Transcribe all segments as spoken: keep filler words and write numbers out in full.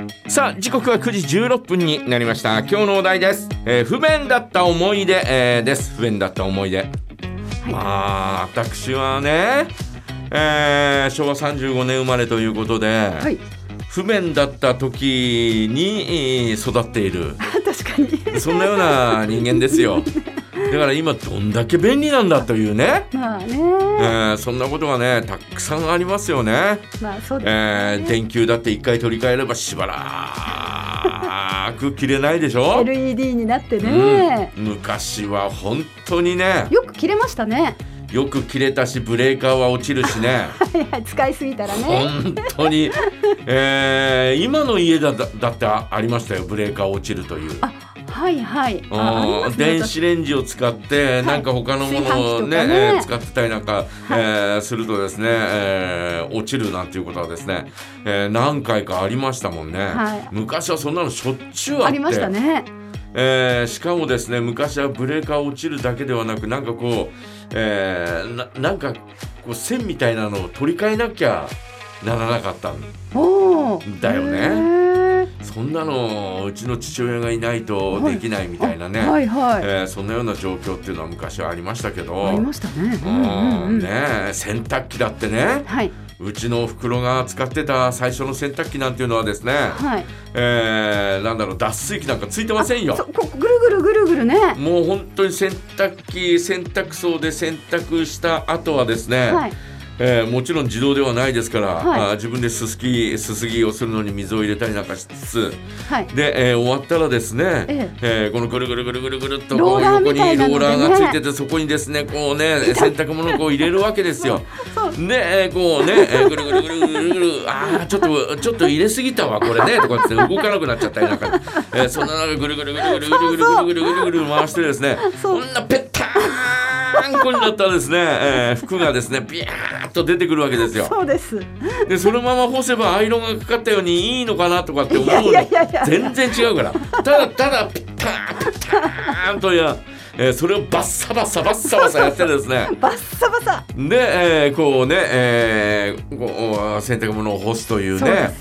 さあ時刻はくじじゅうろっぷんになりました。今日のお題です、えー、不便だった思い出、えー、です不便だった思い出、はい、まあ私はね、えー、しょうわさんじゅうごねん生まれということで、はい、不便だった時に育っている確かにそんなような人間ですよだから今どんだけ便利なんだというね、 まあね、 えー、そんなことがねたくさんありますよね。 まあそうですね、 えー、電球だって一回取り替えればしばらく切れないでしょエルイーディー になってね、 うん、昔は本当にねよく切れましたね。 よく切れたしブレーカーは落ちるしね使いすぎたらね本当に、えー、今の家だ、だってありましたよブレーカー落ちるという。あはいはい、ああ、ね、 電子レンジを使って、はい、なんか他のものを、ねねえー、使ってたりなんか、はい、えー、するとですね、えー、落ちるなんていうことはですね、えー、何回かありましたもんね、はい、昔はそんなのしょっちゅうあって、 ありましたね、 えー、しかもですね昔はブレーカー落ちるだけではなくなんかこう、えー、な, なんかこう線みたいなのを取り替えなきゃならなかったんだよね。そんなのうちの父親がいないとできないみたいなね、はいはいはい、えー、そんなような状況っていうのは昔はありましたけど、 ありましたね、 うんうんうん、ね洗濯機だってね、はい、うちのおふくろが使ってた最初の洗濯機なんていうのはですね、はい、えー、なんだろう脱水機なんかついてませんよ。 こぐるぐるぐるぐるね、 もう本当に洗濯機洗濯槽で洗濯した後はですね、はい、えー、もちろん自動ではないですから、はい、あ自分ですすぎすすぎをするのに水を入れたりなんかしつつ、はい、で、えー、終わったらですね、えええー、このぐるぐるぐるぐるぐるっとこう横にローラーがついてて、そこにですねこうね洗濯物をこう入れるわけですよで、こうね、えー、ぐるぐるぐるぐるぐるあーちょっとちょっと入れすぎたわこれねとかって動かなくなっちゃったりなんか、えー、そんな中ぐるぐるぐるぐるぐるぐるぐるぐるぐるぐる回してですねこんなペッターンこになったらですね、えー、服がですねビヤーッと出てくるわけですよ。 そうです。 でそのまま干せばアイロンがかかったようにいいのかなとかって思うのに全然違うからただただピッターピッターンとや、えー、それをバッサバサバッサバサやってですねバッサバサで、えー、こうね、えー、こう洗濯物を干すというね、そうです、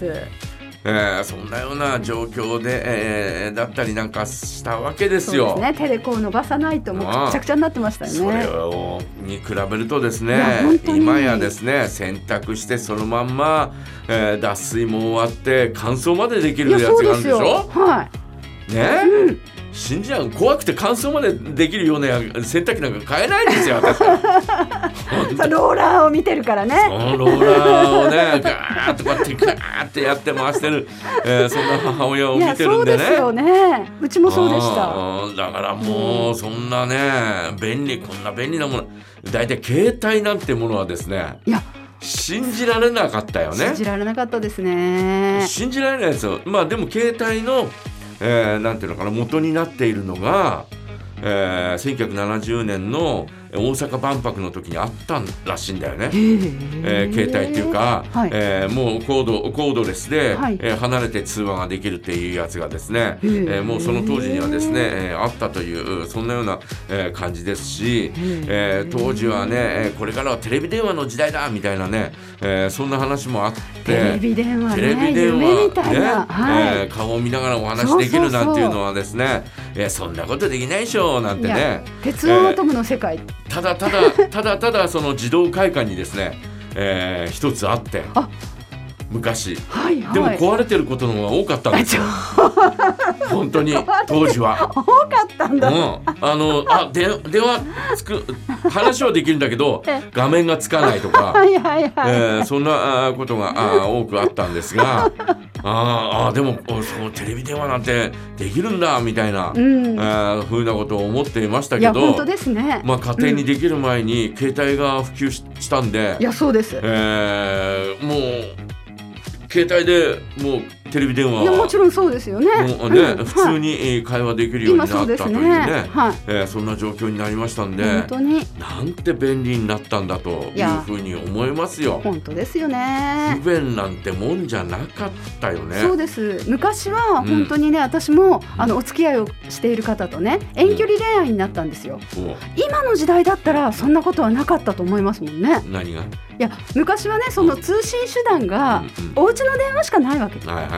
えー、そんなような状況で、えー、だったりなんかしたわけですよ。 そうですね、手でこう伸ばさないともうくちゃくちゃになってましたよね。 それをに比べるとですね今やですね洗濯してそのまんま、えー、脱水も終わって乾燥までできるやつがあるんでしょ。はいね、うん、信じない怖くて乾燥までできるような洗濯機なんか買えないんですよ私はローラーを見てるからね。 そのローラーをねガーッとこうやってガーッてやって回してる、えー、そんな母親を見てるんでね。 いやそうですよね、うちもそうでした。 だからもうそんなね便利こんな便利なものだいたい携帯なんてものはですねいや信じられなかったよね。 信じられなかったですね。 信じられないですよ。まあでも携帯のえー、なんていうのかな元になっているのが、えー、せんきゅうひゃくななじゅうねんの大阪万博の時にあったらしいんだよね、えー、携帯っていうか、はい、えー、もうコード、コードレスで、はい、えー、離れて通話ができるっていうやつがですね、えー、もうその当時にはですね、えー、あったというそんなような、えー、感じですし、えー、当時はねこれからはテレビ電話の時代だみたいなね、えー、そんな話もあってテレビ電話ね、 テレビ電話夢みたいな、 ね、 はい、 えー、顔を見ながらお話できるなんていうのはですね、そうそうそう、えー、そんなことできないでしょなんてね、 鉄腕アトムの世界、えー、ただただただただその自動会館にですね、えー、一つあってあ昔、はいはい、でも壊れてることの方が多かったんですよ本当に当時は多かったんだ、うん、 あのあで電話つく話はできるんだけど画面がつかないとかはいはい、はい、えー、そんなことがあ多くあったんですがああでもそうテレビ電話なんてできるんだみたいな、うん、あふうなことを思っていましたけど、いや本当ですね、 まあ、家庭にできる前に携帯が普及 し, したんで、 いやそうです、 えー、もう携帯でもうテレビ電話いやもちろんそうですよね、 もうね、うん、普通に会話できるようになったというね、はい、えー、そんな状況になりましたんで、 本当になんて便利になったんだというふうに思いますよ。 本当ですよね。 不便なんてもんじゃなかったよね。 そうです。昔は本当にね、うん、私もあのお付き合いをしている方とね遠距離恋愛になったんですよ、うん、今の時代だったらそんなことはなかったと思いますもんね。 何が？ いや昔はねその通信手段がお家の電話しかないわけです、はいはいは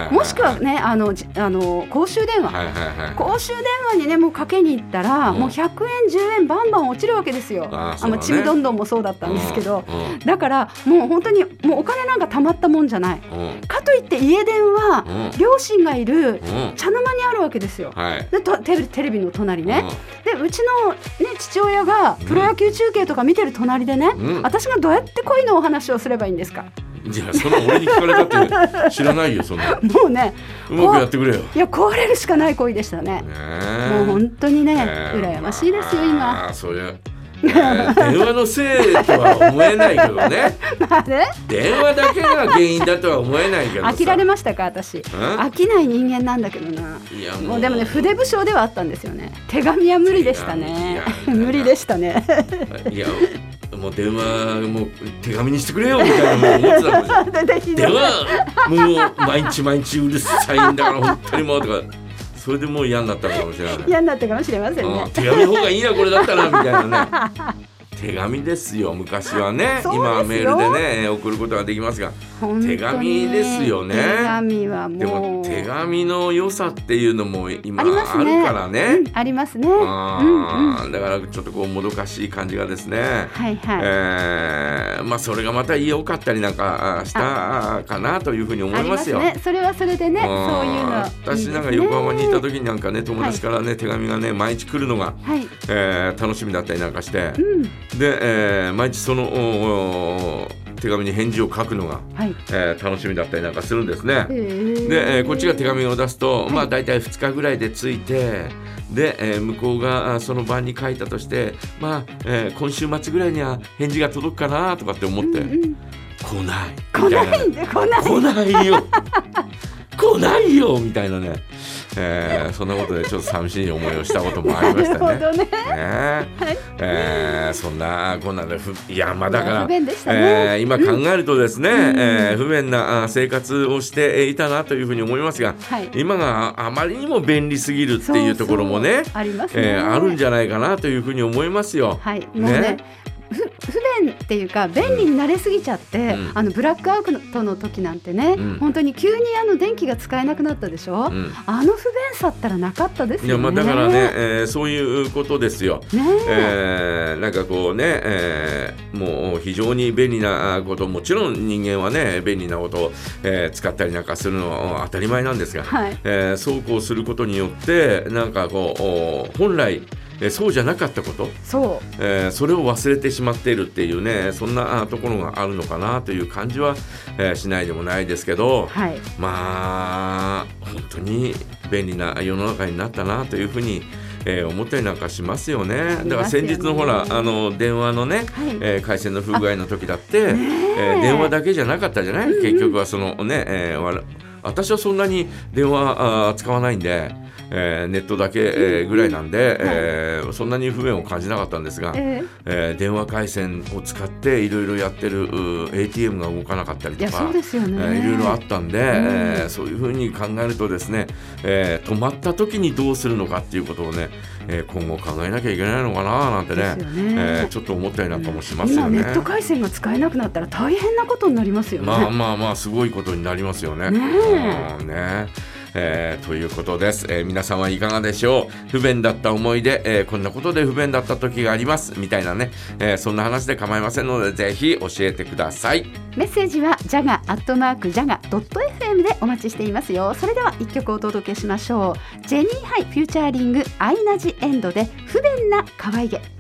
はい、もしくはねあのあの公衆電話、はいはいはい、公衆電話にねもうかけに行ったら、うん、もうひゃくえんじゅうえんバンバン落ちるわけですよ。ああ、ね、ちむどんどんもそうだったんですけど、うんうん、だからもう本当にもうお金なんか貯まったもんじゃない、うん、かといって家電は、うん、両親がいる茶の間にあるわけですよ、はい、でと テ, テレビの隣ね、うん、でうちの、ね、父親がプロ野球中継とか見てる隣でね、うん、私がどうやって恋のお話をすればいいんですか。 じゃあその俺に聞かれたって知らないよそんなもうねうまくやってくれよ。 いや壊れるしかない恋でしたね。ねもう本当にね、ね羨ましいですよ今。 あそりゃ電話のせいとは思えないけどねまあね電話だけが原因だとは思えないけどさ。 飽きられましたか私。飽きない人間なんだけどな。いやもう、もうでもね筆不詳ではあったんですよね。手紙は無理でしたね無理でしたねいやもう電話もう手紙にしてくれよみたいなもう思ってたもん電話もう毎日毎日うるさいんだから本当にもうとかそれでもう嫌になったのかもしれない。 嫌になったかもしれませんね、 うん、手紙の方がいいなこれだったらみたいなね手紙ですよ昔はね。今はメールでね送ることができますが手紙ですよね。 手紙はもうでも手紙の良さっていうのも今あるからね。 ありますね、 あ、うんうん、だからちょっとこうもどかしい感じがですね、 はいはい、 えー、まあそれがまた良かったりなんかしたかなというふうに思いますよ。 ありますね、それはそれでね、そういうの私なんか横浜にいた時になんかね友達からね、はい、手紙がね毎日来るのが、はい、えー、楽しみだったりなんかして、うん、で、えー、毎日その手紙に返事を書くのが、はい、えー、楽しみだったりなんかするんですね。で、えー、こっちが手紙を出すと、はい、まあ大体ふつかぐらいで着いてで、えー、向こうがその晩に書いたとしてまあ、えー、今週末ぐらいには返事が届くかなとかって思って、うんうん、来ない来ないんで来ない来ないよ来ないよみたいなね、えー、そんなことでちょっと寂しい思いをしたこともありましたね。 なるほどね。 ね、はい、えー、そんなこんなでふいやまあだから不便でしたね、 えー、今考えるとですね、うん、えー、不便な生活をしていたなというふうに思いますが、はい、今があまりにも便利すぎるっていうところもね、 そうそうありますね、 えー、あるんじゃないかなというふうに思いますよ。 はい、もうね、ね不, 不便っていうか便利になれすぎちゃって、うん、あのブラックアウトの時なんてね、うん、本当に急にあの電気が使えなくなったでしょ、うん、あの不便さったらなかったですよね。 いや、まあ、だからね、えー、そういうことですよ、ねえー、なんかこうね、えー、もう非常に便利なこともちろん人間はね便利なことを、えー、使ったりなんかするのは当たり前なんですが、はい、えー、そうこうすることによってなんかこう本来えー、そうじゃなかったこと、 そう、 えー、それを忘れてしまっているっていうねそんなところがあるのかなという感じは、えー、しないでもないですけど、はい、まあ本当に便利な世の中になったなというふうにえー、思ったりなんかしますよね。だから先日のほらあの電話のね、はい、えー、回線の不具合の時だって、えー、電話だけじゃなかったじゃない、うんうん、結局はそのね、えー、私はそんなに電話あ使わないんでえー、ネットだけ、えー、ぐらいなんで、えー、そんなに不便を感じなかったんですが、えーえー、電話回線を使っていろいろやってる エーティーエム が動かなかったりとか、いやそうですよね、えー、いろいろあったんで、うん、えー、そういうふうに考えるとですね、えー、止まった時にどうするのかっていうことをね、えー、今後考えなきゃいけないのかななんて ね, ね、えー、ちょっと思ったりなんかもしますよね。 今ネット回線が使えなくなったら大変なことになりますよね。 まあまあまあすごいことになりますよね。ねえ、うん、ねえー、ということです、えー、皆さんはいかがでしょう。不便だった思い出、えー、こんなことで不便だった時がありますみたいなね、えー、そんな話で構いませんのでぜひ教えてください。 メッセージは ジャガ アットマーク ジャガ ドット エフエム でお待ちしていますよ。それではいっきょくお届けしましょう。ジェニーハイフューチャーリングアイナジエンドで不便な可愛げ。